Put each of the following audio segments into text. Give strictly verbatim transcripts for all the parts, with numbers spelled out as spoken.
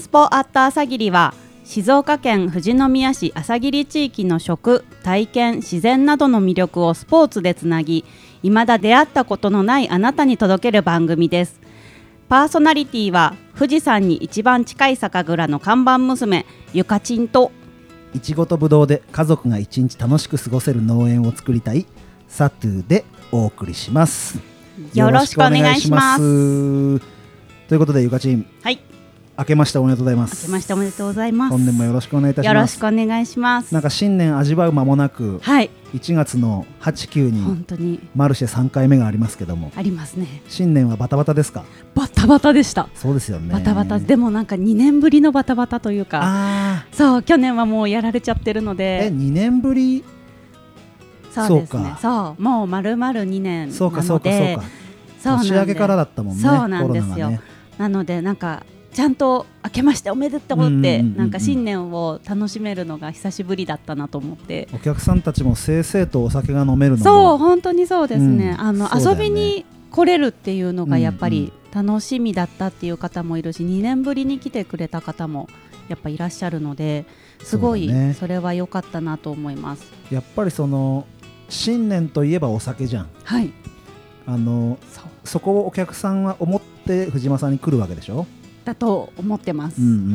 スポアット朝霧は静岡県富士宮市朝霧地域の食、体験、自然などの魅力をスポーツでつなぎ、未だ出会ったことのないあなたに届ける番組です。パーソナリティは富士山に一番近い酒蔵の看板娘ゆかちんと、 いちごとぶどうで家族が一日楽しく過ごせる農園を作りたいサトゥでお送りします。 よろしくお願いします。 ということでゆかちん、 はい、 明けましておめでとうございます。 明けましておめでとうございます。 本年もよろしくお願いいたします。 よろしくお願いします。 なんか新年味わう間もなく、 はい、 いちがつのはち、きゅうに本当にマルシェさんかいめがありますけども、 ありますね。 新年はバタバタですか？ バタバタでした。 そうですよね。 バタバタでもなんかにねんぶりのバタバタというか、 あそう去年はもうやられちゃってるので。 えにねんぶり？ そうですね。そうもう丸々にねんなので、 そうかそうかそうか。年明けからだったもんね。 そうなんですよ。 コロナがね。 なのでなんかちゃんと明けましておめでとうってなんか新年を楽しめるのが久しぶりだったなと思って、 お客さんたちも正々とお酒が飲めるのも、 そう本当にそうですね、 うん、 あのそうだよね、 遊びに来れるっていうのがやっぱり楽しみだったっていう方もいるし、にねんぶりに来てくれた方もやっぱいらっしゃるので、すごいそれは良かったなと思います。 やっぱりその新年といえばお酒じゃん。 はい、 あの そ, そこをお客さんは思って藤間さんに来るわけでしょ。 だと思ってます。 うんうんうんうん、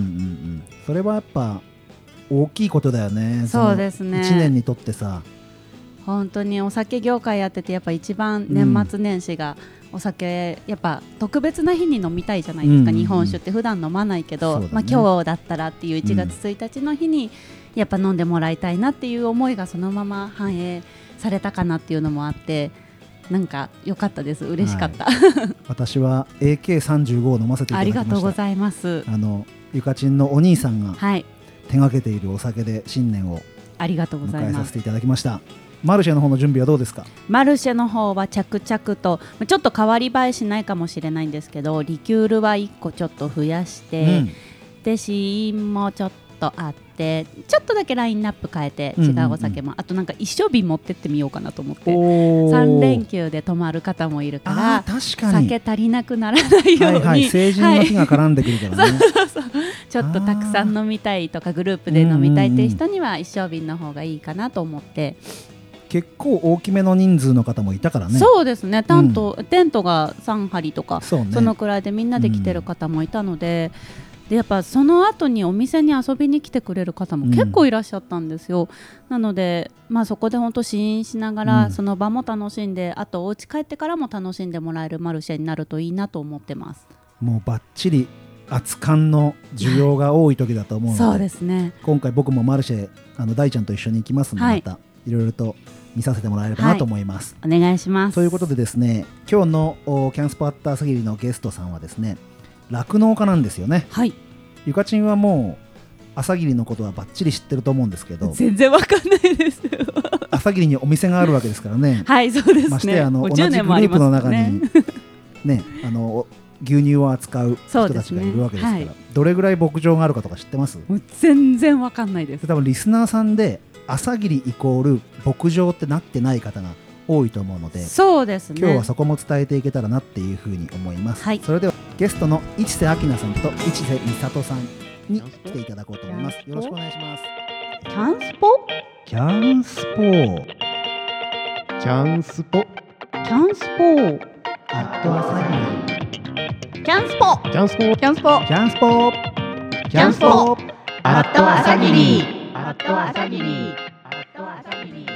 それはやっぱ大きいことだよね。 そうですね。 いちねんにとってさ、 本当にお酒業界やっててやっぱ一番年末年始がお酒、うん、やっぱ特別な日に飲みたいじゃないですか、うんうんうん、日本酒って普段飲まないけど、ね、まあ、今日だったらっていういちがつついたちの日にやっぱ飲んでもらいたいなっていう思いがそのまま反映されたかなっていうのもあって、なんか良かったです。嬉しかった、はい、 私は エーケーさんじゅうご を飲ませていただきました。 ありがとうございます。 あのゆかちんのお兄さんが手掛けているお酒で新年をありがとうございます。 迎えさせていただきました。マルシェの方の準備はどうですか？ マルシェの方は着々とちょっと変わり映えしないかもしれないんですけど、リキュールはいっこちょっと増やして、うん、で試飲もちょっとあって、ちょっとだけラインナップ変えて違うお酒も、うんうんうん、あとなんか一升瓶持ってってみようかなと思って。さん連休で泊まる方もいるから確かに酒足りなくならないように、はいはい、 成人の日が絡んでくるからね、 はい、そうそうそう、ちょっとたくさん飲みたいとかグループで飲みたいっていう人には一升瓶の方がいいかなと思って、 結構大きめの人数の方もいたからね。 そうですね、テント、うん、テントがさんはりとか そ,、ね、そのくらいでみんなで来てる方もいたので、うん、でやっぱその後にお店に遊びに来てくれる方も結構いらっしゃったんですよ、うん、なので、まあ、そこで本当試飲しながら、うん、その場も楽しんで、あとお家帰ってからも楽しんでもらえるマルシェになるといいなと思ってます。 もうバッチリ熱燗の需要が多い時だと思うので、 そうですね、今回僕もマルシェあの大ちゃんと一緒に行きますので、はい、またいろいろと見させてもらえればなと思います、 はい、お願いします。 ということでですね、今日のキャンスポアット朝霧のゲストさんはですね、酪農家なんですよね。 はい、 ゆかちんはもう朝霧のことはバッチリ知ってると思うんですけど、 全然わかんないです朝霧にお店があるわけですからねはい、そうですね、 ましてあの同じグループの中にね、あの牛乳を扱う人たちがいるわけですから、ね、はい、どれぐらい牧場があるかとか知ってます？ もう全然わかんないです。 多分リスナーさんで朝霧イコール牧場ってなってない方が多いと思うので、 そうですね、 今日はそこも伝えていけたらなっていうふうに思います、はい、それではゲストの市瀬明菜さんと市瀬美里さんに来ていただこうと思います。よろしくお願いします。 キャンスポキャンスポキャンスポキャンスポアット朝霧キャンスポキャンスポキャンスポキャンスポキャンスポアット朝霧アット朝霧アット朝霧。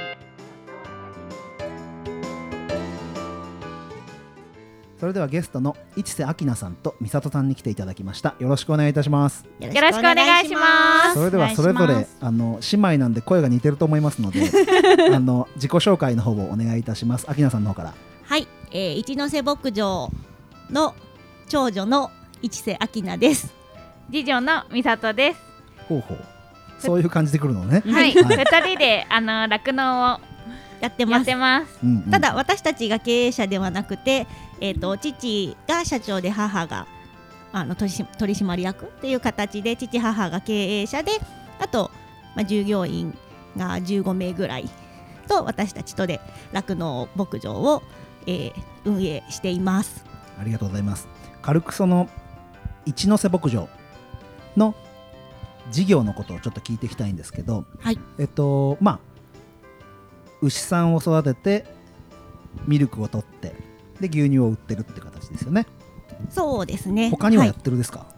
それではゲストの市瀬明菜さんと美里さんに来ていただきました。よろしくお願いいたします。 よろしくお願いします。 それではそれぞれあの姉妹なんで声が似てると思いますのであの自己紹介の方をお願いいたします。明菜さんの方から。 はい、えー、一ノ瀬牧場の長女の市瀬明菜です。 次女の美里です。 ほうほう、そういう感じでくるのね。 はい、はい、ふたりであの酪農をやってます。やってます、 うんうん、ただ私たちが経営者ではなくて、えー、と父が社長で母があの 取, 取締役っていう形で、父母が経営者で、あと、まあ、従業員がじゅうごめいぐらいと私たちとで酪農牧場を、えー、運営しています。 ありがとうございます。軽くその一ノ瀬牧場の事業のことをちょっと聞いていきたいんですけど、 はい、 えっとまあ牛さんを育ててミルクを取ってで牛乳を売ってるって形ですよね。 そうですね。 他にはやってるですか？はい、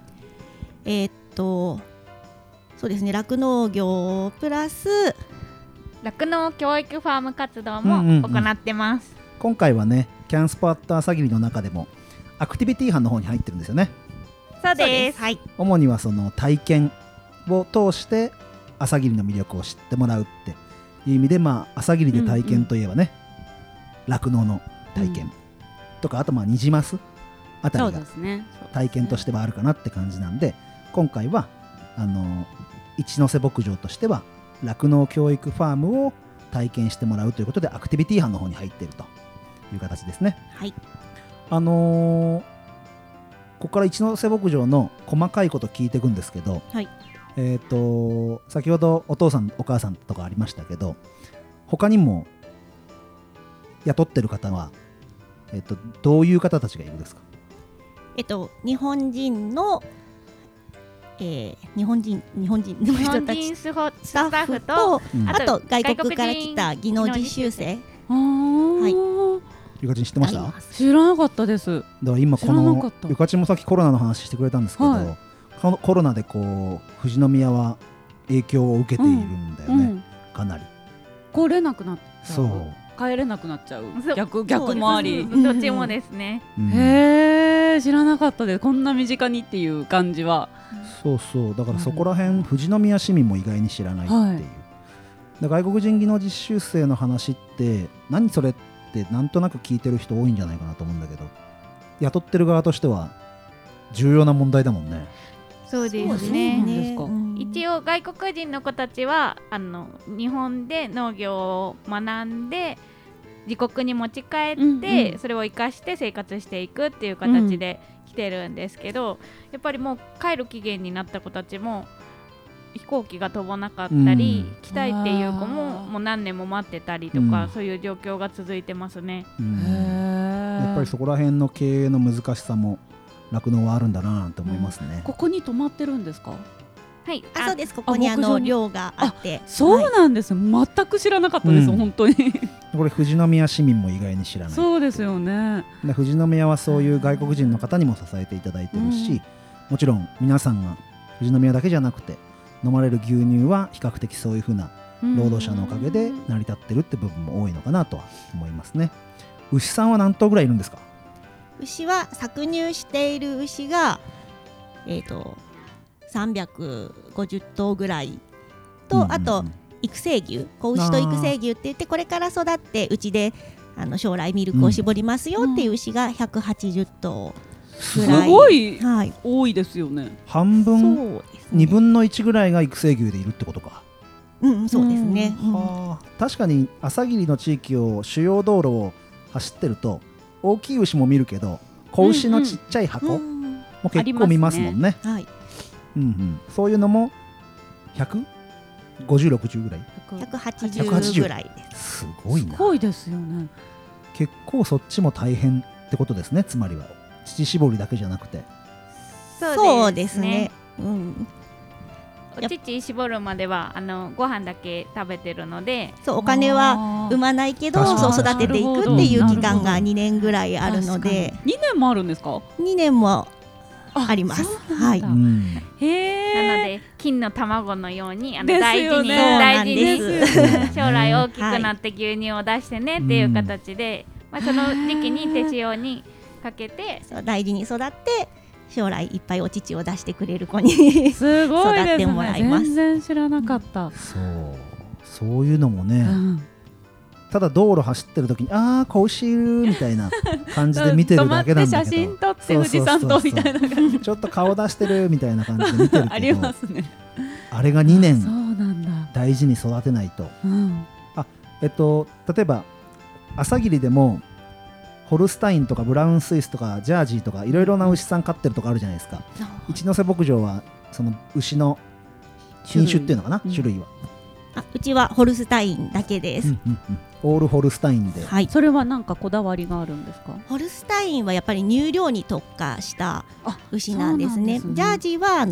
えー、っとそうですね、酪農業プラス酪農教育ファーム活動も行ってます、 うんうんうん、今回はねキャンスポアット朝霧の中でもアクティビティ班の方に入ってるんですよね。 そうです、 はい、 主にはその体験を通して朝霧の魅力を知ってもらうっていう意味で、まあ朝霧で体験といえばね酪農、うんうん、の体験、うん、とかあとまあニジマスあたりが体験としてはあるかなって感じなんで、今回はあの一ノ瀬牧場としては酪農教育ファームを体験してもらうということでアクティビティ班の方に入っているという形ですね。 はい、 あのー、ここから一ノ瀬牧場の細かいこと聞いていくんですけど、 はい、 えーと先ほどお父さんお母さんとかありましたけど、他にも雇ってる方は、えーとどういう方たちがいるんですか？ えっと日本人のえー、日本人日本人の人たちスタッフと、うん、あと外国から来た技能実習生。 はい。 ゆかちん知ってました？ 知らなかったです。 だから今このゆかちんもさっきコロナの話してくれたんですけど、はい、このコロナでこう富士宮は影響を受けているんだよね、うんうん、かなり。 来れなくなっちゃう。 そう。 帰れなくなっちゃう。逆逆もあり。 どっちもですね。 うん、へー、知らなかったです。こんな身近にっていう感じは。 そうそう、だからそこら辺、うん、富士宮市民も意外に知らないっていう、はい、で外国人技能実習生の話って何それってなんとなく聞いてる人多いんじゃないかなと思うんだけど、雇ってる側としては重要な問題だもんね。 そうですね。一応外国人の子たちはあの日本で農業を学んで自国に持ち帰って、うんうん、それを生かして生活していくっていう形で来てるんですけど、うん、やっぱりもう帰る期限になった子たちも飛行機が飛ばなかったり、うん、来たいっていう子ももう何年も待ってたりとか、うん、そういう状況が続いてますね、 うん、やっぱりそこら辺の経営の難しさも酪農はあるんだなと思いますね、 うん、ここに泊まってるんですか？ はい、あ、そうです。ここにあの寮があって。 そうなんです、はい、全く知らなかったです、うん、本当にこれ富士宮市民も意外に知らない。 そうですよね。 で富士宮はそういう外国人の方にも支えていただいてるし、うん、もちろん皆さんが富士宮だけじゃなくて飲まれる牛乳は比較的そういう風な労働者のおかげで成り立ってるって部分も多いのかなとは思いますね。牛さんは何頭ぐらいいるんですか？ 牛は搾乳している牛がえーとさんびゃくごじゅっとうぐらいと、うんうんうん、あと育成牛、子牛と育成牛って言ってこれから育ってうちであの将来ミルクを絞りますよっていう牛がひゃくはちじゅっとうぐらい、 すごい、はい、多いですよね。 半分、ね、にぶんのいちぐらいが育成牛でいるってことか。 うん、そうですね、うん、 はあ、確かに朝霧の地域を主要道路を走ってると大きい牛も見るけど子牛のちっちゃい箱も結構見ますもんね、うんうん、はい、うんうん、そういうのもひゃくごじゅう、ろくじゅうぐらい、 ひゃくはちじゅうぐらいです。 すごいな。 すごいですよね。 結構そっちも大変ってことですね。つまりは乳搾りだけじゃなくて。 そうですね、うん、 お乳搾るまではあのご飯だけ食べてるので、 そうお金は産まないけどそう育てていくっていう期間がにねんぐらいあるので。 にねんもあるんですか？ にねんもあります。はい。うん、 へー。なので金の卵のようにあの大事に大事に将来大きくなって牛乳を出してねっていう形で、はい、まあ、その時期に手塩にかけてそう大事に育って将来いっぱいお乳を出してくれる子にすごいですね、 育ってもらいます。 全然知らなかった、 うん、そうそういうのもね、うん、ただ道路走ってる時にあー子牛みたいな感じで見てるだけなんだけど止まって写真撮って富士山とみたいな感じちょっと顔出してるみたいな感じで見てるけどありますね。 あれがにねんそうなんだ、 大事に育てないと、 うん、 あえっと例えば朝霧でもホルスタインとかブラウンスイスとかジャージーとかいろいろな牛さん飼ってるとかあるじゃないですか。一ノ瀬牧場はその牛の品種っていうのかな、種類は、 うん、あうちはホルスタインだけです、うんうんうん、 オールホルスタインで、 はい、それは何かこだわりがあるんですか？ ホルスタインはやっぱり乳量に特化した牛なんですね。 そうなんですね。 ジャージーはあの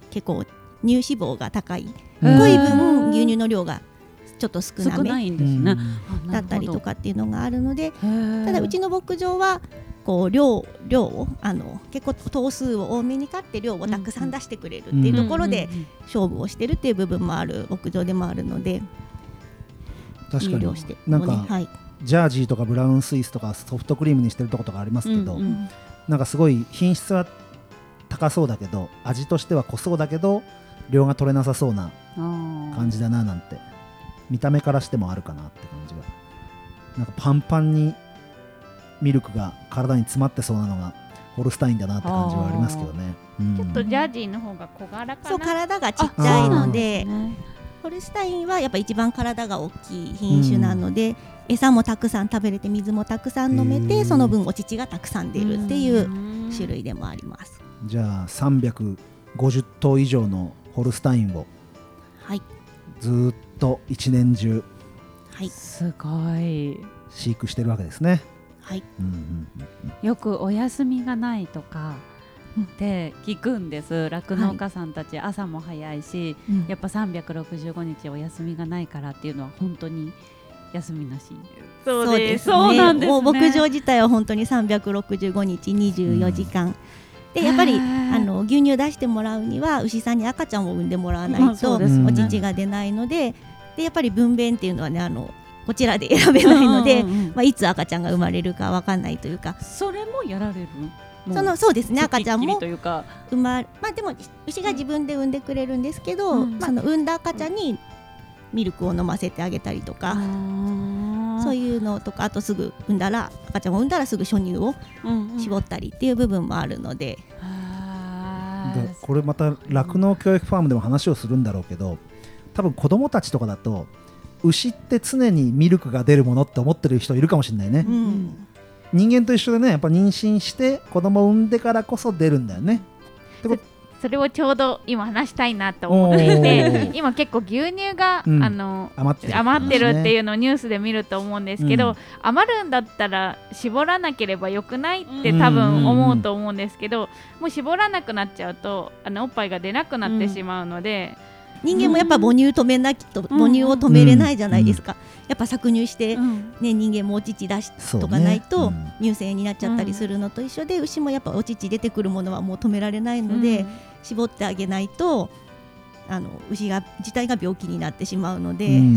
結構乳脂肪が高い、濃い分牛乳の量がちょっと少なめないんですね、 だったりとかっていうのがあるので、ただうちの牧場はこう 量, 量をあの結構頭数を多めに買って量をたくさん出してくれるっていうところで勝負をしてるっていう部分もある牧場でもあるので、 確かになんか、はい、ジャージーとかブラウンスイスとかソフトクリームにしてるとことかありますけど、うんうん、なんかすごい品質は高そうだけど味としては濃そうだけど量が取れなさそうな感じだななんて見た目からしてもあるかなって感じは。なんかパンパンにミルクが体に詰まってそうなのがホルスタインだなって感じはありますけどね、 うん、ちょっとジャージーの方が小柄かな。 そう体がちっちゃいので、ね、ホルスタインはやっぱ一番体が大きい品種なので、うん、餌もたくさん食べれて水もたくさん飲めてその分お乳がたくさん出るっていう種類でもあります。 じゃあさんびゃくごじゅっとう以上のホルスタインをずっと一年中、 はい、すごい飼育してるわけですね。 はい、 うんうんうん、よくお休みがないとかって聞くんです。酪農家さんたち朝も早いし、はい、やっぱさんびゃくろくじゅうごにちお休みがないからっていうのは本当に休みなし。 そうです、そうなんですね。もう牧場自体は本当にさんびゃくろくじゅうごにちにじゅうよじかん、うん、でやっぱりあの牛乳出してもらうには牛さんに赤ちゃんを産んでもらわないと、ね、お乳が出ないので、でやっぱり分娩っていうのはねあのこちらで選べないので、うんうんうん、まあ、いつ赤ちゃんが生まれるか分かんないというか、 それもやられるそのそうですね、赤ちゃんも生まれ、まあ、でも牛が自分で産んでくれるんですけど、うん、その産んだ赤ちゃんにミルクを飲ませてあげたりとか、うん、そういうのとか、あとすぐ産んだら赤ちゃんを産んだらすぐ初乳を絞ったりっていう部分もあるので、 うんうん、でこれまた酪農教育ファームでも話をするんだろうけど、多分子どもたちとかだと牛って常にミルクが出るものって思ってる人いるかもしれないね、うん、人間と一緒でね、やっぱ妊娠して子供を産んでからこそ出るんだよね。 そ, それをちょうど今話したいなと思っていて、今結構牛乳が、うん、あの余ってる、余ってるっていうのをニュースで見ると思うんですけど、うん、余るんだったら絞らなければよくないって多分思うと思うんですけど、うんうんうん、もう絞らなくなっちゃうとあのおっぱいが出なくなってしまうので、うん、 人間もやっぱ母乳止めなきと、母乳を止めれないじゃないですか、うん、やっぱ搾乳して、うんね、人間もお乳出しとかないと乳腺になっちゃったりするのと一緒で、牛もやっぱお乳出てくるものはもう止められないので、うん、絞ってあげないとあの牛が自体が病気になってしまうので、うん、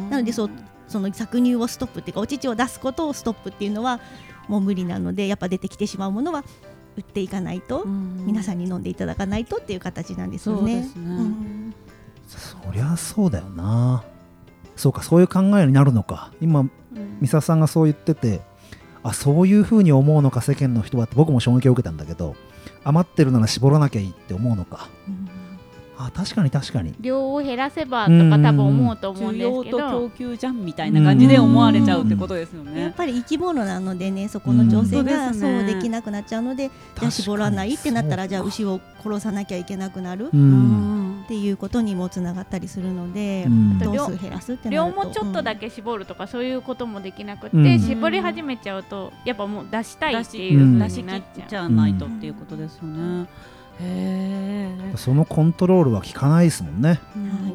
なので そ, その搾乳をストップっていうかお乳を出すことをストップっていうのはもう無理なので、やっぱ出てきてしまうものは売っていかないと、うん、皆さんに飲んでいただかないとっていう形なんですよね。そうですね、うん、 そりゃそうだよな。そうか、そういう考えになるのか。今、うん、美沙さんがそう言ってて、あ、そういうふうに思うのか世間の人はって僕も衝撃を受けたんだけど、余ってるなら絞らなきゃいいって思うのか、うん、あ、確かに確かに量を減らせばとか多分思うと思うんですけど、 需要と供給じゃんみたいな感じで思われちゃうってことですよね。 やっぱり生き物なのでね、そこの女性がそうできなくなっちゃうので、じゃあ絞らないってなったらじゃあ牛を殺さなきゃいけなくなるっていうことにもつながったりするので、頭数減らすってなると量もちょっとだけ絞るとかそういうこともできなくて、うん、絞り始めちゃうとやっぱもう出したいっていう風になっちゃうないとっていうことですよね。へー、 そのコントロールは効かないですもんね、 うんはい、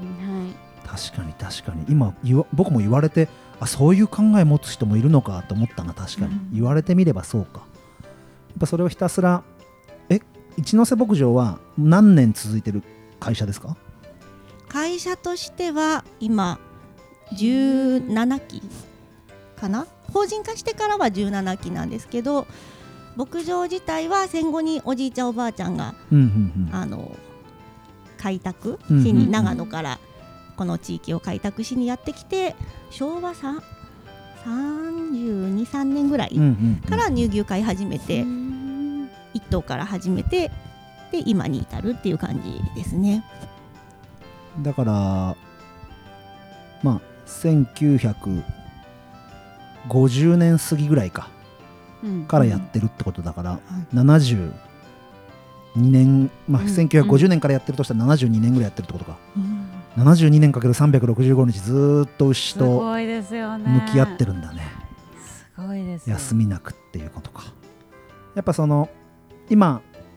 確かに確かに今僕も言われて、あ、そういう考え持つ人もいるのかと思ったな。確かに、うん、言われてみればそうか。やっぱそれをひたすら、え、一ノ瀬牧場は何年続いてる会社ですか？ 会社としては今じゅうななきかな。法人化してからはじゅうななきなんですけど、牧場自体は戦後におじいちゃんおばあちゃんが、うんうんうん、あの開拓しに、うんうんうん、長野からこの地域を開拓しにやってきて、昭和さんじゅうに、さんねんぐらいから乳牛飼い始めて、うんうんうん、いっ頭から始めて、で今に至るっていう感じですね。 だからまあせんきゅうひゃくごじゅうねん過ぎぐらいかからやってるってことだから、うん、ななじゅうにねん、まあ、せんきゅうひゃくごじゅうねんからやってるとしたらななじゅうにねんぐらいやってるってことか、うん、ななじゅうにねんかけるさんびゃくろくじゅうごにちずっと牛と向き合ってるんだね。 すごいですよね。 休みなくっていうことか。やっぱその今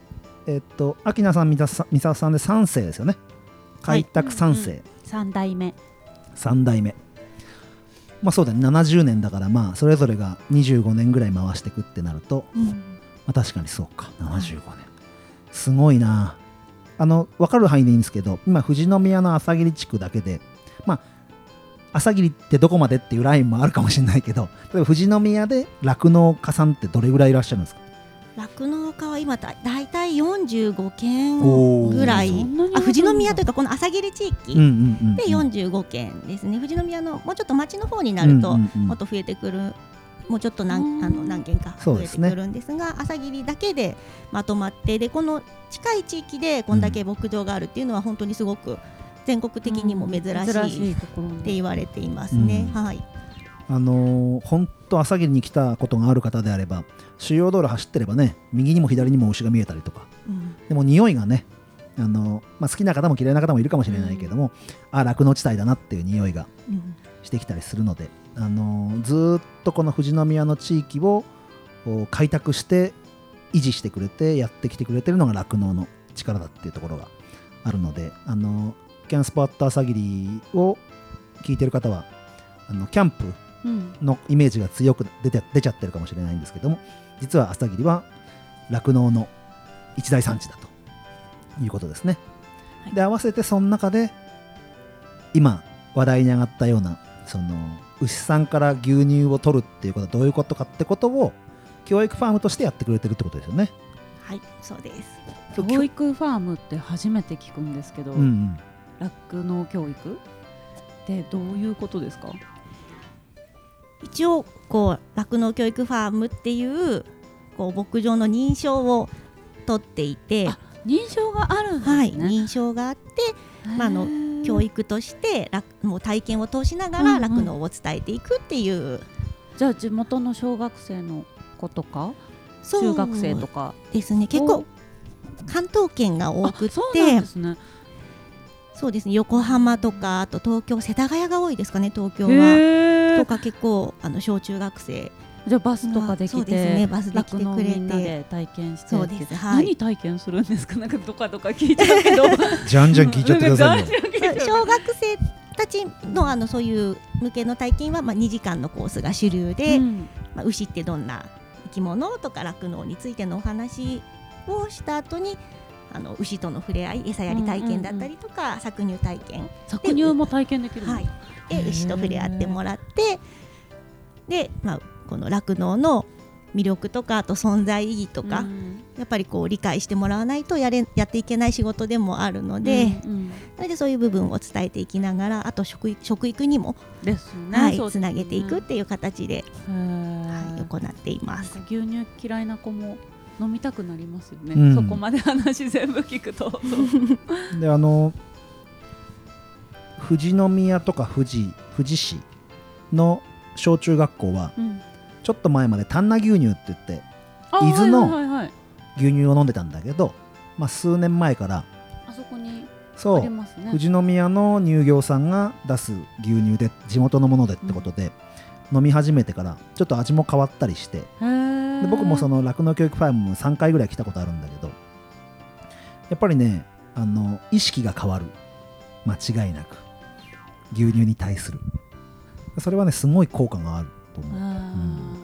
えっと秋名さん、三沢さんでさん世ですよね。開拓さん世、 うんうん、さん代目さん代目、まあそうだね、ななじゅうねんだから、まあそれぞれがにじゅうごねんぐらい回していくってなると、うん、まあ確かにそうか、ななじゅうごねん、すごいな。あの分かる範囲でいいんですけど、今富士宮の朝霧地区だけで、まあ朝霧ってどこまでっていうラインもあるかもしれないけど、例えば富士宮で酪農家さんってどれぐらいいらっしゃるんですか？ 酪農家は今だいたいよんじゅうごけんぐらい、あ富士宮というかこの朝霧地域でよんじゅうごけんですね。富士宮のもうちょっと町の方になるともっと増えてくる、もうちょっと 何, あの何件か増えてくるんですが、朝霧だけでまとまって、でこの近い地域でこんだけ牧場があるっていうのは本当にすごく全国的にも珍しいって言われていますね、うん、はい。 あのー、本当朝霧に来たことがある方であれば、主要道路走ってればね、右にも左にも牛が見えたりとか、うん、でも匂いがね、あのーまあ、好きな方も嫌いな方もいるかもしれないけども、うん、あ酪農地帯だなっていう匂いがしてきたりするので、あのー、ずっとこの富士宮の地域を開拓して維持してくれてやってきてくれてるのが酪農の力だっていうところがあるので、あのー、キャンスポット朝霧を聞いてる方はあのキャンプのイメージが強く出て出ちゃってるかもしれないんですけども、実は朝霧は酪農の一大産地だということですね、はい、で合わせてその中で今話題に上がったようなその牛さんから牛乳を取るっていうことはどういうことかってことを教育ファームとしてやってくれてるってことですよね。 はい、そうです。 教育ファームって初めて聞くんですけど、酪農、うん、教育ってどういうことですか？ 一応こう酪農教育ファームっていうこう牧場の認証を取っていて、 あ認証があるんですね。 はい、認証があって、まあ、あの教育としてもう体験を通しながら酪農を伝えていくっていう、うんうん、 じゃあ地元の小学生の子とか中学生とかですね、結構関東圏が多くて、 そうなんですね。 そうですね、横浜とかあと東京、世田谷が多いですかね、東京はとか結構あの小中学生、 じゃあバスとかで来て、そうですね、 バスで来てくれてみんなで体験して、 そうです、はい、 何体験するんですか？なんかどかどか聞いちゃうけどじゃんじゃん聞いちゃってくださいよ小学生たち の, あのそういう向けの体験は、まあ、にじかんのコースが主流で、うんまあ、牛ってどんな生き物とか酪農についてのお話をした後にあの牛との触れ合い、餌やり体験だったりとか、うんうんうん、搾乳体験、 搾乳も体験できるの、 はい、で牛と触れ合ってもらって、で、まあ、この酪農の魅力とかあと存在意義とか、うん、やっぱりこう理解してもらわないとやれ、やっていけない仕事でもあるので、うんうん、それでそういう部分を伝えていきながら、あと 食, 食育にもですね、 はい、 そうですね、 つなげていくっていう形で、はい、行っています。 牛乳嫌いな子も飲みたくなりますよね、うん、そこまで話全部聞くとであの富士宮とか富士、富士市の小中学校は、うん、ちょっと前まで丹那牛乳って言って伊豆の牛乳を飲んでたんだけど、まあ、数年前からあそこにそう、 ありますね、 富士宮の乳業さんが出す牛乳で地元のものでってことで、うん、飲み始めてからちょっと味も変わったりして、で僕もその酪農教育ファームさんかいぐらい来たことあるんだけど、やっぱりね、あの意識が変わる、間違いなく牛乳に対する、それはねすごい効果があると思う、うん、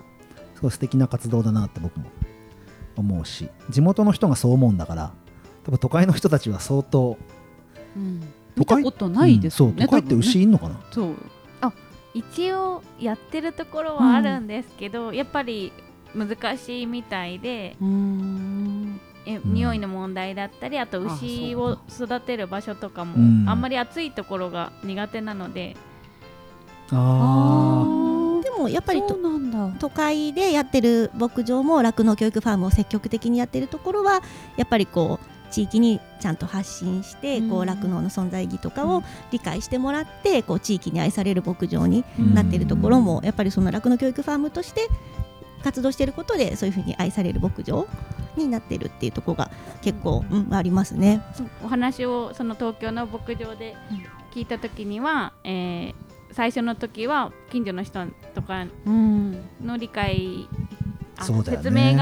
すごい素敵な活動だなって僕も思うし、地元の人がそう思うんだから、多分都会の人たちは相当、 うん、見たことないですよね、 うん、そう都会って牛いんのかな、 そう、あ一応やってるところはあるんですけど、うん、やっぱり難しいみたいで、うーんえ匂いの問題だったり、あと牛を育てる場所とかも、うん、あんまり暑いところが苦手なので、 ああでもやっぱりと都会でやってる牧場も酪農教育ファームを積極的にやってるところはやっぱりこう地域にちゃんと発信して、こう酪農の存在意義とかを理解してもらって、こう地域に愛される牧場になっているところも、やっぱりその酪農教育ファームとして活動していることでそういうふうに愛される牧場になっているっていうところが結構、うん、ありますね。 お話をその東京の牧場で聞いた時には、えー、最初の時は近所の人とかの理解、 うん、 説明が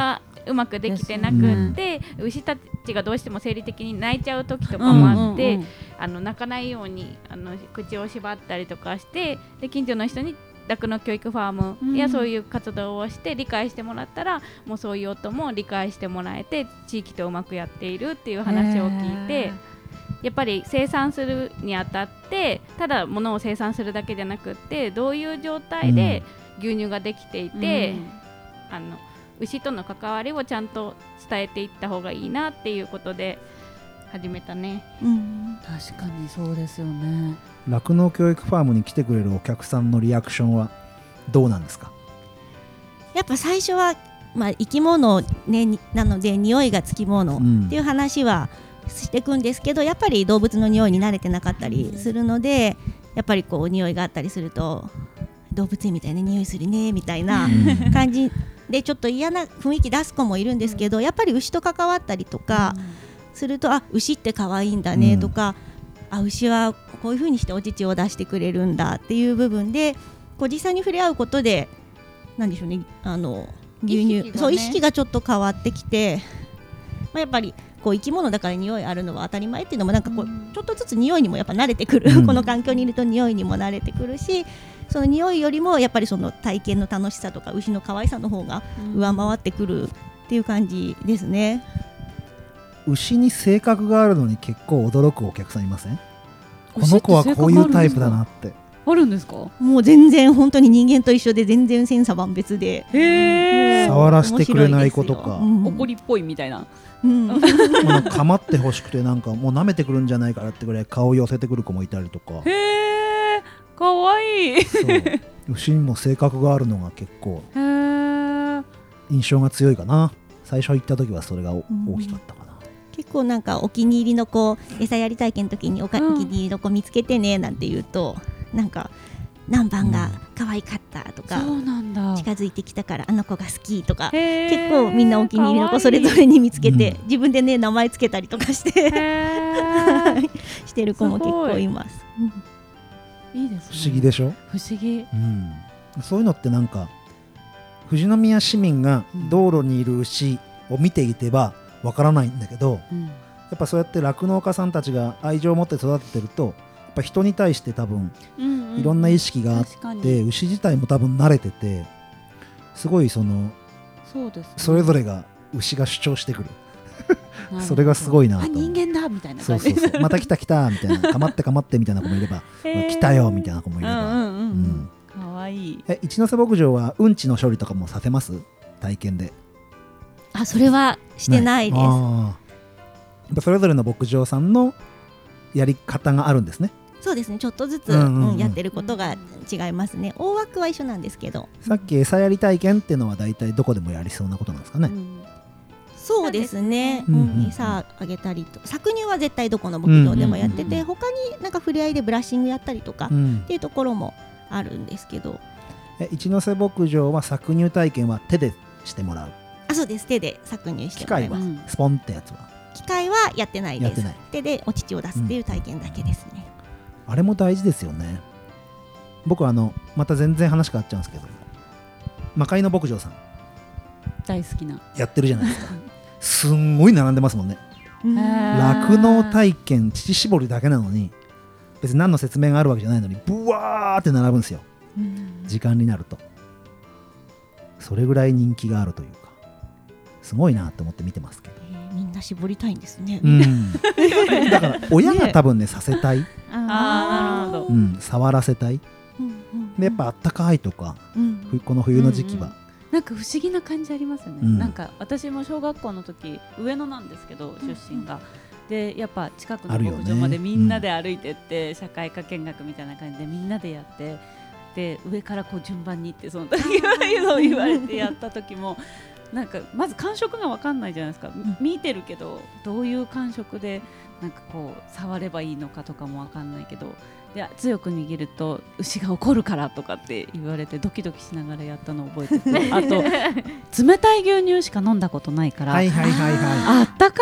うまくできてなくって、うん、牛たちがどうしても生理的に泣いちゃう時とかもあって、うんうんうん、あの泣かないようにあの口を縛ったりとかして、で近所の人に酪農教育ファームやそういう活動をして理解してもらったら、もうそういう音も理解してもらえて地域とうまくやっているっていう話を聞いて、やっぱり生産するにあたってただ物を生産するだけじゃなくって、どういう状態で牛乳ができていて、うん、あの牛との関わりをちゃんと伝えていった方がいいなっていうことで始めたね、 うん、確かにそうですよね。 酪農教育ファームに来てくれるお客さんのリアクションはどうなんですか？ やっぱ最初は、まあ、生き物、ね、なので匂いがつきものっていう話はしていくんですけど、やっぱり動物の匂いに慣れてなかったりするので、やっぱりこう匂いがあったりすると動物園みたいな匂いするねみたいな感じでちょっと嫌な雰囲気出す子もいるんですけど、やっぱり牛と関わったりとかすると、あ、牛って可愛いんだねとか、あ、牛はこういう風にしてお乳を出してくれるんだっていう部分で、こう実際に触れ合うことでなんでしょうね、あの牛乳意識、ね、そう意識がちょっと変わってきて、まあ、やっぱりこう生き物だから匂いあるのは当たり前っていうのもなんかこう、うん、ちょっとずつ匂いにもやっぱ慣れてくる、うん、この環境にいると匂いにも慣れてくるし、その匂いよりもやっぱりその体験の楽しさとか牛の可愛さの方が上回ってくるっていう感じですね、 うん、牛に性格があるのに結構驚くお客さんいません？この子はこういうタイプだなって。 あるんですか？ もう全然本当に人間と一緒で全然千差万別で、 へー、 触らせてくれない子とか、 うん、怒りっぽいみたいな、 うん、 かまってほしくてなんかもう舐めてくるんじゃないかなってぐらい顔を寄せてくる子もいたりとか。 へー、かわいい。 そう牛にも性格があるのが結構印象が強いかな。最初行った時はそれが大きかったかな、うん、 結構なんかお気に入りの子、餌やり体験の時に お, か、うん、お気に入りの子見つけてねなんて言うと、なんか何番が可愛かったとか、 うん、そうなんだ、 近づいてきたからあの子が好きとか、結構みんなお気に入りの子それぞれに見つけて、うん、自分でね名前つけたりとかしてしてる子も結構います。 いいですね。 不思議でしょ？ 不思議、 うん、そういうのってなんか富士宮市民が道路にいる牛を見ていてはわからないんだけど、うん、やっぱそうやって酪農家さんたちが愛情を持って育ててると、やっぱ人に対して多分いろんな意識があって、うんうん、牛自体も多分慣れてて、すごいそのそうですね、 それぞれが牛が主張してくるそれがすごいなと。 あ、人間だみたいな感じ。そうそうそう、また来た来たみたいな、かまってかまってみたいな子もいれば来たよみたいな子もいれば、うんうんうんうん、 かわいい。 え、一ノ瀬牧場はうんちの処理とかもさせます？体験で。 あ、それはしてないです。 あ、やっぱそれぞれの牧場さんのやり方があるんですね。 そうですね、ちょっとずつ、うんうんうん、やってることが違いますね。大枠は一緒なんですけど、 さっき餌やり体験っていうのはだいたいどこでもやりそうなことなんですかね。うん、 そうですね、うんうんうん、餌あげたりと搾乳は絶対どこの牧場でもやってて、うんうんうん、他になんか触れ合いでブラッシングやったりとか、うん、っていうところもあるんですけど、 え、一ノ瀬牧場は搾乳体験は手でしてもらう？ あ、そうです、手で搾乳してもらいます。 機械はスポンってやつは？ 機械はやってないです。手でお乳を出すっていう体験だけですね、 うん、あれも大事ですよね。僕はあのまた全然話変わっちゃうんですけど、魔界の牧場さん大好きなやってるじゃないですかすんごい並んでますもんね。酪農体験乳搾りだけなのに別に何の説明があるわけじゃないのにブワーって並ぶんですよ、時間になると。それぐらい人気があるというか、すごいなと思って見てますけど、 えー、みんな絞りたいんですね、 うん、だから親が多分ねさせたい、 あ、なるほど、 うん、触らせたい、うんうん、でやっぱあったかいとか、うん、この冬の時期は、うんうん、 なんか不思議な感じありますよね、うん、なんか私も小学校の時上野なんですけど出身が、うんうん、でやっぱ近くの牧場までみんなで歩いてって、うん、社会科見学みたいな感じでみんなでやって、で上からこう順番に行ってその時は言われてやった時もなんかまず感触が分かんないじゃないですか、うん、見てるけどどういう感触でなんかこう触ればいいのかとかも分かんないけど、で強く握ると牛が怒るからとかって言われてドキドキしながらやったのを覚えててあと冷たい牛乳しか飲んだことないから、はいはいはいはい、あったかい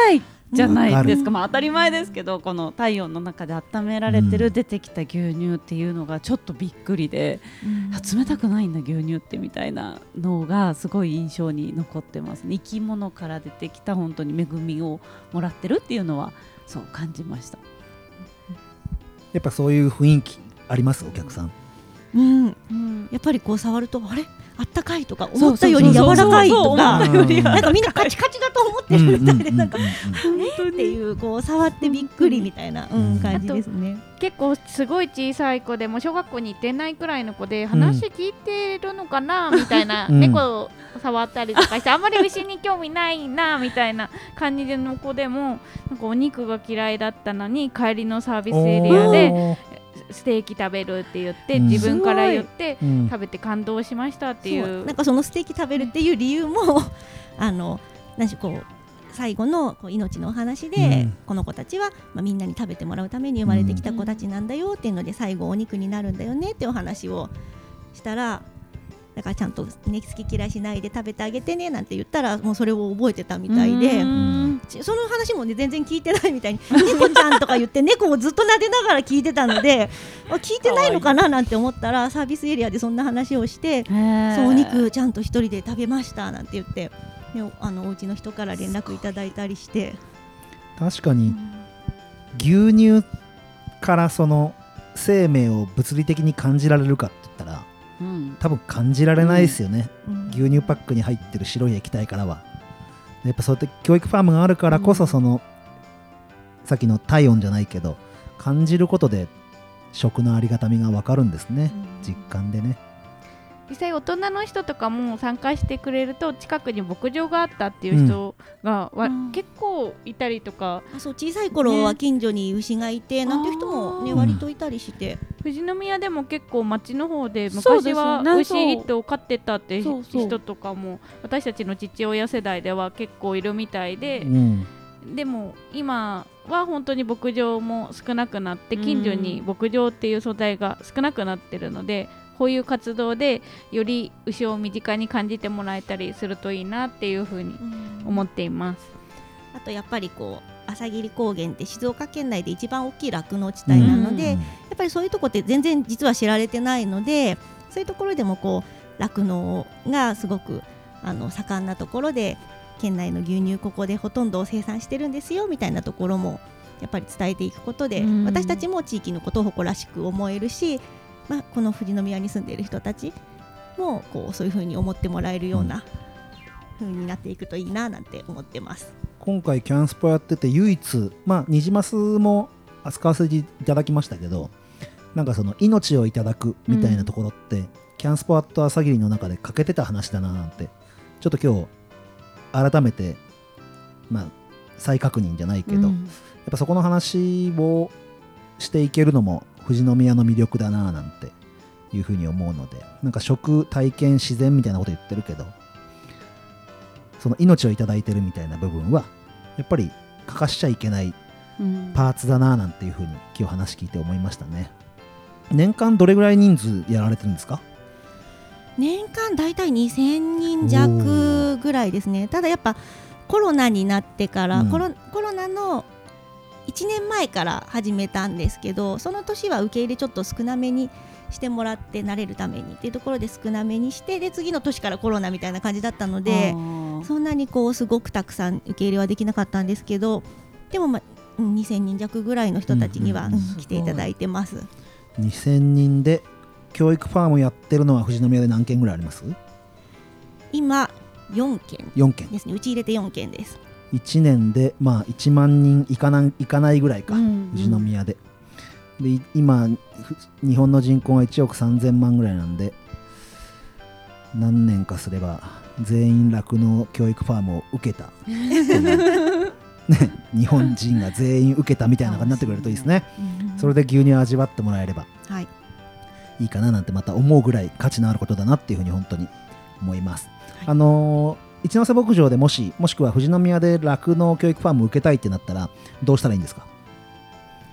じゃないですか、まあ、当たり前ですけどこの体温の中で温められてる出てきた牛乳っていうのがちょっとびっくりで、うん、冷たくないんだ牛乳ってみたいなのがすごい印象に残ってますね。生き物から出てきた本当に恵みをもらってるっていうのはそう感じました。 やっぱそういう雰囲気ありますお客さん、 うんうん、やっぱりこう触るとあれあったかいとか思ったより柔らかいとかなんかみんなカチカチだと思ってるみたいでなんかえっていうこう触ってびっくりみたいな、うん、感じですね。 結構すごい小さい子でも小学校に行ってないくらいの子で話聞いてるのかなみたいな、うん、猫を触ったりとかしてあんまり牛に興味ないなみたいな感じの子でもなんかお肉が嫌いだったのに帰りのサービスエリアでステーキ食べるって言って、うん、自分から言って、うん、食べて感動しましたっていう、 なんかそのステーキ食べるっていう理由もあの何しこう最後のこう命のお話で、うん、この子たちは、まあ、みんなに食べてもらうために生まれてきた子たちなんだよっていうので、最後お肉になるんだよねってお話をしたら、だからちゃんと、ね、好き嫌いしないで食べてあげてねなんて言ったらもうそれを覚えてたみたいで、その話も、ね、全然聞いてないみたいに猫ちゃんとか言って猫をずっと撫でながら聞いてたので聞いてないのかななんて思ったらサービスエリアでそんな話をして、そうお肉ちゃんと一人で食べましたなんて言って、ね、あのお家の人から連絡いただいたりして、 確かに牛乳からその生命を物理的に感じられるかって言ったらうん、多分感じられないですよね、うん、牛乳パックに入ってる白い液体からは。やっぱそうやって教育ファームがあるからこそ、その、うん、さっきの体温じゃないけど感じることで食のありがたみが分かるんですね、うん、実感でね。 実際大人の人とかも参加してくれると近くに牧場があったっていう人が、うん、結構いたりとか、 あ、そう小さい頃は近所に牛がいて、ね、なんていう人も、ね、割といたりして、 富士宮でも結構町の方で昔は牛一頭飼ってたって人とかも私たちの父親世代では結構いるみたいで、うん、でも今は本当に牧場も少なくなって近所に牧場っていう素材が少なくなってるので、こういう活動でより牛を身近に感じてもらえたりするといいなっていうふうに思っています。 あとやっぱりこう朝霧高原って静岡県内で一番大きい酪農地帯なので、やっぱりそういうとこって全然実は知られてないので、そういうところでもこう酪農がすごくあの盛んなところで、県内の牛乳ここでほとんど生産してるんですよみたいなところもやっぱり伝えていくことで、私たちも地域のことを誇らしく思えるし、まあ、この富士宮に住んでいる人たちもこうそういう風に思ってもらえるような風になっていくといいななんて思ってます。 今回キャンスポやってて唯一、まあ、ニジマスも扱わせていただきましたけど、なんかその命をいただくみたいなところって、うん、キャンスポアット朝霧の中で欠けてた話だななんてちょっと今日改めて、まあ、再確認じゃないけど、うん、やっぱそこの話をしていけるのも富士宮の魅力だななんていうふうに思うので、なんか食体験自然みたいなこと言ってるけど、その命をいただいてるみたいな部分はやっぱり欠かしちゃいけないパーツだななんていうふうに今日話聞いて思いましたね。年間どれぐらい人数やられてるんですか？ 年間だいたいにせんにん弱ぐらいですね。ただやっぱコロナになってから、うん、コロ、コロナのいちねんまえから始めたんですけど、その年は受け入れちょっと少なめにしてもらって慣れるためにっていうところで少なめにして、で次の年からコロナみたいな感じだったので、そんなにこうすごくたくさん受け入れはできなかったんですけど、でも、ま、にせんにん弱ぐらいの人たちには、うんうん、来ていただいてます。 にせんにんで教育ファームやってるのは富士宮で何件ぐらいあります？ 今よんけんよんけんですね。うち入れてよんけんです。 いちねんで、まあ、いちまんにんいかな、いかないぐらいか、うんうん、富士宮で。で今日本の人口はいちおくさんぜんまんぐらいなんで、何年かすれば全員酪農教育ファームを受けた、ね、日本人が全員受けたみたいな感じになってくれるといいですね。それで牛乳を味わってもらえればいいかななんてまた思うぐらい価値のあることだなっていうふうに本当に思います。はい、あのー一ノ瀬牧場でもしもしくは富士宮で酪農教育ファームを受けたいってなったらどうしたらいいんですか？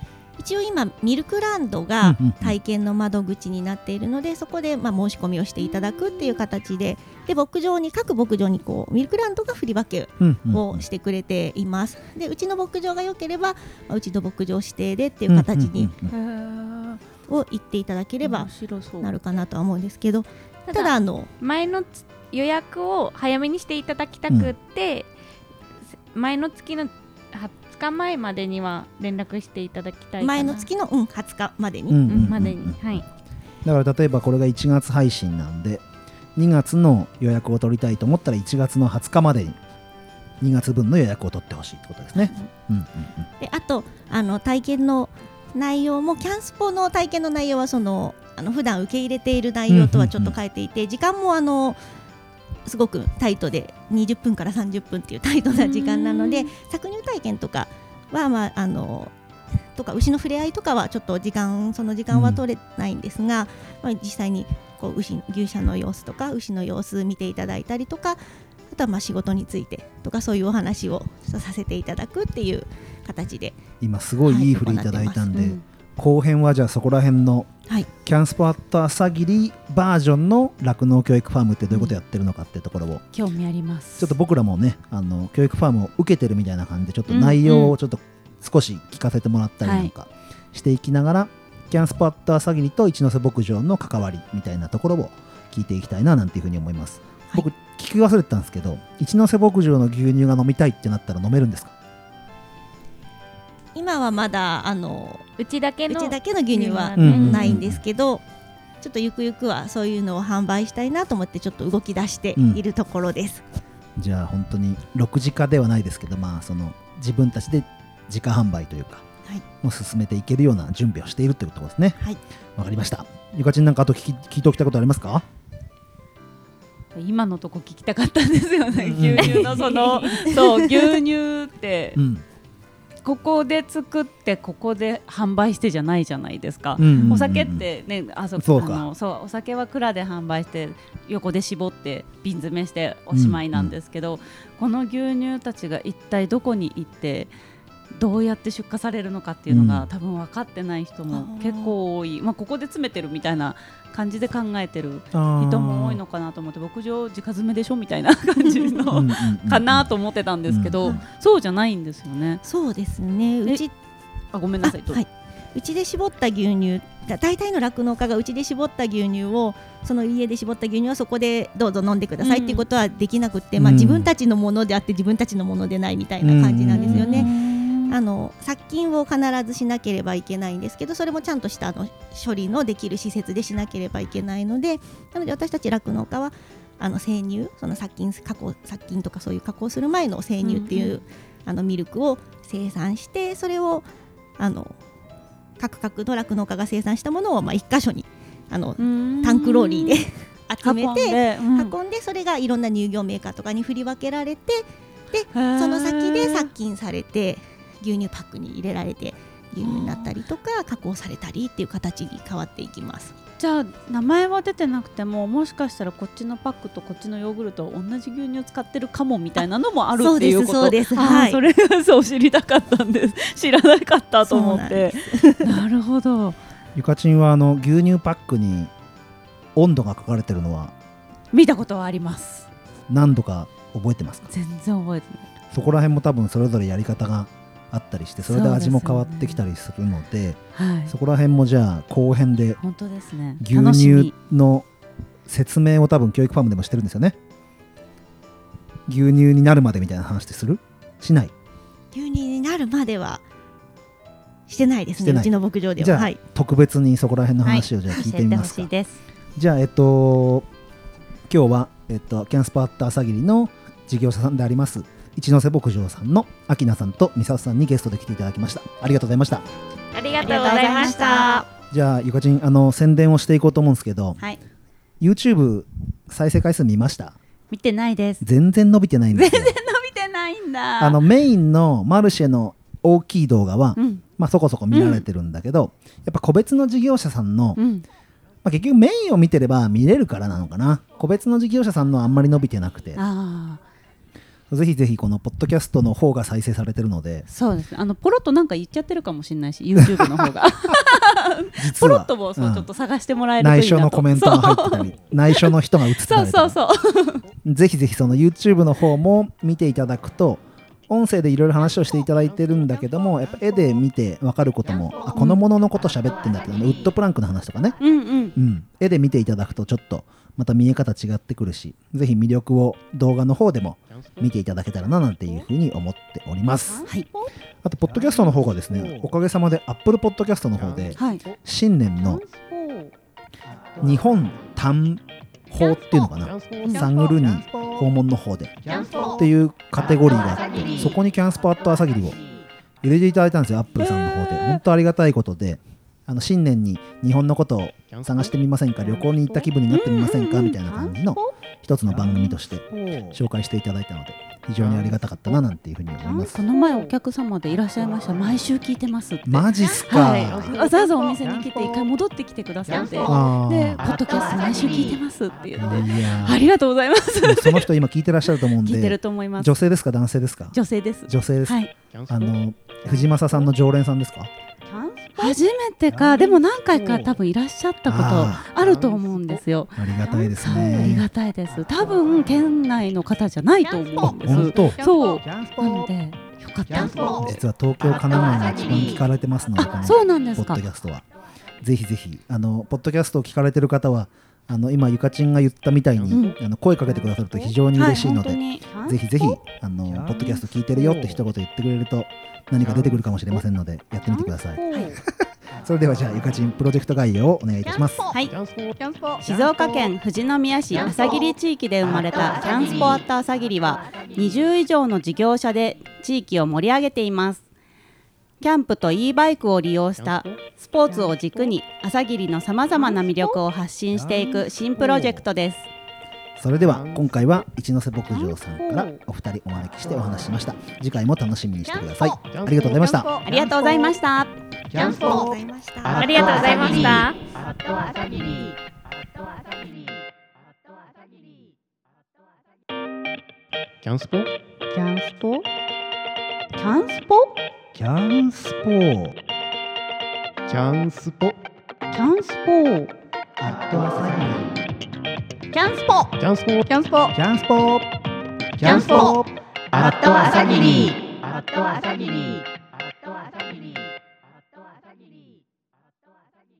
一応今ミルクランドが体験の窓口になっているので、そこでまあ申し込みをしていただくっていう形で、で牧場に各牧場にこうミルクランドが振り分けをしてくれています。でうちの牧場が良ければ、まあ、うちの牧場指定でっていう形にを言っていただければなるかなとは思うんですけど、ただあの前の予約を早めにしていただきたくって、うん、前の月のはつかまえまでには連絡していただきたいかな。 前の月の、うん、はつかまでに、 うんうんうんうん、までに、はい。 だから例えばこれがいちがつ配信なんでにがつの予約を取りたいと思ったらいちがつのはつかまでににがつぶんの予約を取ってほしいってことですね、うんうんうん、 であとあの体験の内容もキャンスポの体験の内容はそのあの普段受け入れている内容とはちょっと変えていて、うんうんうん、時間もあのすごくタイトでにじゅっぷんからさんじゅっぷんっていうタイトな時間なので、搾乳体験とかは、まあ、あのとか牛の触れ合いとかはちょっと時間その時間は取れないんですが、うんまあ、実際にこう牛牛舎の様子とか牛の様子見ていただいたりとか、あとはまあ仕事についてとかそういうお話をさせていただくっていう形で今すごいいい振りいただいたんで、はいうん、後編はじゃあそこら辺のキャンスポット朝霧バージョンの酪農教育ファームってどういうことやってるのかっていうところを興味あります。 ちょっと僕らもねあの教育ファームを受けてるみたいな感じでちょっと内容をちょっと少し聞かせてもらったりなんかしていきながら、はい、キャンスポット朝霧と一ノ瀬牧場の関わりみたいなところを聞いていきたいななんていうふうに思います、はい、僕聞き忘れてたんですけど一ノ瀬牧場の牛乳が飲みたいってなったら飲めるんですか？ 今はまだあのうちだけのうちだけの牛乳はないんですけど、ちょっとゆくゆくはそういうのを販売したいなと思ってちょっと動き出しているところです、 うん、じゃあ本当にろくじかではないですけど、まあその自分たちで自家販売というか、はい、もう進めていけるような準備をしているということですね。はい、わかりました。ゆかちんなんかあと聞き、聞いておきたことありますか？ 今のとこ聞きたかったんですよね、うん、牛乳のそのそう牛乳って、うんここで作ってここで販売してじゃないじゃないですか、うんうんうんうん、お酒ってねあそそうかあのそうお酒は蔵で販売して横で絞って瓶詰めしておしまいなんですけど、うんうん、この牛乳たちが一体どこに行ってどうやって出荷されるのかっていうのが、うん、多分分かってない人も結構多い、まあ、ここで詰めてるみたいな感じで考えてる人も多いのかなと思って、牧場自家詰めでしょみたいな感じのかなと思ってたんですけど、うんうん、そうじゃないんですよね。 そうですね。うちあごめんなさい、 はい、うちで絞った牛乳大体の酪農家がうちで絞った牛乳をその家で絞った牛乳はそこでどうぞ飲んでくださいっていうことはできなくて、うんまあ、自分たちのものであって自分たちのものでないみたいな感じなんですよね、うんあの殺菌を必ずしなければいけないんですけど、それもちゃんとしたあの処理のできる施設でしなければいけないので、なので私たち酪農家はあの生乳その殺菌加工殺菌とかそういう加工する前の生乳っていう、うんうん、あのミルクを生産して、それをあの各々の酪農家が生産したものをまあ一箇所にあのタンクローリーで集めて運んで、うん、運んでそれがいろんな乳業メーカーとかに振り分けられて、でその先で殺菌されて牛乳パックに入れられて牛乳になったりとか加工されたりっていう形に変わっていきます。 じゃあ名前は出てなくてももしかしたらこっちのパックとこっちのヨーグルト同じ牛乳を使ってるかもみたいなのもあるっていうこと。 そうですそうです、 はい、それがそう知りたかったんです知らなかったと思って。 な, なるほど。 ゆかちんはあの牛乳パックに温度が書かれてるのは見たことはあります。 何度か覚えてますか？ 全然覚えてない。そこら辺も多分それぞれやり方があったりして、それで味も変わってきたりするの で, で、ねはい、そこら辺もじゃあ後編で本当ですね、 牛乳の説明を多分教育ファームでもしてるんですよね。牛乳になるまでみたいな話ってする？しない？ 牛乳になるまではしてないですね。うちの牧場では。 じゃあ、はい、特別にそこら辺の話をじゃあ聞いてみますか。 はい、教えてほしいです。 じゃあえっと今日は、えっと、キャンスポット朝霧の事業者さんであります一ノ瀬牧場さんの秋名さんと美里さんにゲストで来ていただきました。ありがとうございました。 ありがとうございました。 じゃあゆかちんあの宣伝をしていこうと思うんですけど、はい、YouTube 再生回数見ました？ 見てないです。 全然伸びてないんですよ。 全然伸びてないんだ。 あのメインのマルシェの大きい動画は、うんまあ、そこそこ見られてるんだけど、うん、やっぱ個別の事業者さんの、うんまあ、結局メインを見てれば見れるからなのかな。個別の事業者さんのあんまり伸びてなくて、あぜひぜひこのポッドキャストの方が再生されてるので、 そうですね、あのポロッとなんか言っちゃってるかもしれないし YouTube の方がポロッともそう、うん、ちょっと探してもらえるといいなと。内緒のコメントが入ってたり内緒の人が映ってたりとかそうそうそうぜひぜひその YouTube の方も見ていただくと、音声でいろいろ話をしていただいてるんだけども、やっぱ絵で見て分かることも、あこのもののこと喋ってんだって、ウッドプランクの話とかね、 うんうんうん、絵で見ていただくとちょっとまた見え方違ってくるし、ぜひ魅力を動画の方でも見ていただけたらななんていうふうに思っております、 はい、 あとポッドキャストの方がですね、おかげさまで Apple Podcast の方で、はい、新年の日本単法っていうのかな、サングルに訪問の方でっていうカテゴリーがあって、そこにキャンスポアット朝霧を入れていただいたんですよ、アップルさんの方で。本当ありがたいことで、あの新年に日本のことを探してみませんか、旅行に行った気分になってみませんかみたいな感じの一つの番組として紹介していただいたので、非常にありがたかったななんていうふうに思います。 この前お客様でいらっしゃいました。毎週聞いてますって。 マジっすか。 はい、わざわざお店に来て一回戻ってきてくださって、でポッドキャスト毎週聞いてますって言って、ありがとうございます。 その人今聞いてらっしゃると思うんで。 聞いてると思います。 女性ですか男性ですか。 女性です。 女性です。 はい、 あの藤正さんの常連さんですか。 初めてか、でも何回か多分いらっしゃったことあると思うんですよ。 ありがたいですね。 ありがたいです。多分県内の方じゃないと思うんです。 本当。 そうなのでよかった。 実は東京神奈川が一番聞かれてますので、このそうなんですか。 ポッドキャストはぜひぜひあのポッドキャストを聞かれてる方は、あの今ゆかちんが言ったみたいに、うん、あの声かけてくださると非常に嬉しいので、はい、ぜひぜひあのポッドキャスト聞いてるよって一言言ってくれると何か出てくるかもしれませんので、やってみてください。はい、それではじゃあゆかちんプロジェクト概要をお願いいたします。 はい、静岡県富士宮市朝霧地域で生まれたキャンスポアット朝霧はにじゅう以上の事業者で地域を盛り上げています。キャンプと e バイクを利用したスポーツを軸に朝霧のさまざまな魅力を発信していく新プロジェクトです。 それでは今回は一ノ瀬牧場さんからお二人お招きしてお話ししました。次回も楽しみにしてください。ありがとうございました。 ありがとうございました。 ありがとうございました。 キャンスポキャンスポキャンスポキャンスポキャンスポキャンスポアット朝霧キャンスポキャンスポキャンスポキャンスポキャンスポアット朝霧アット朝霧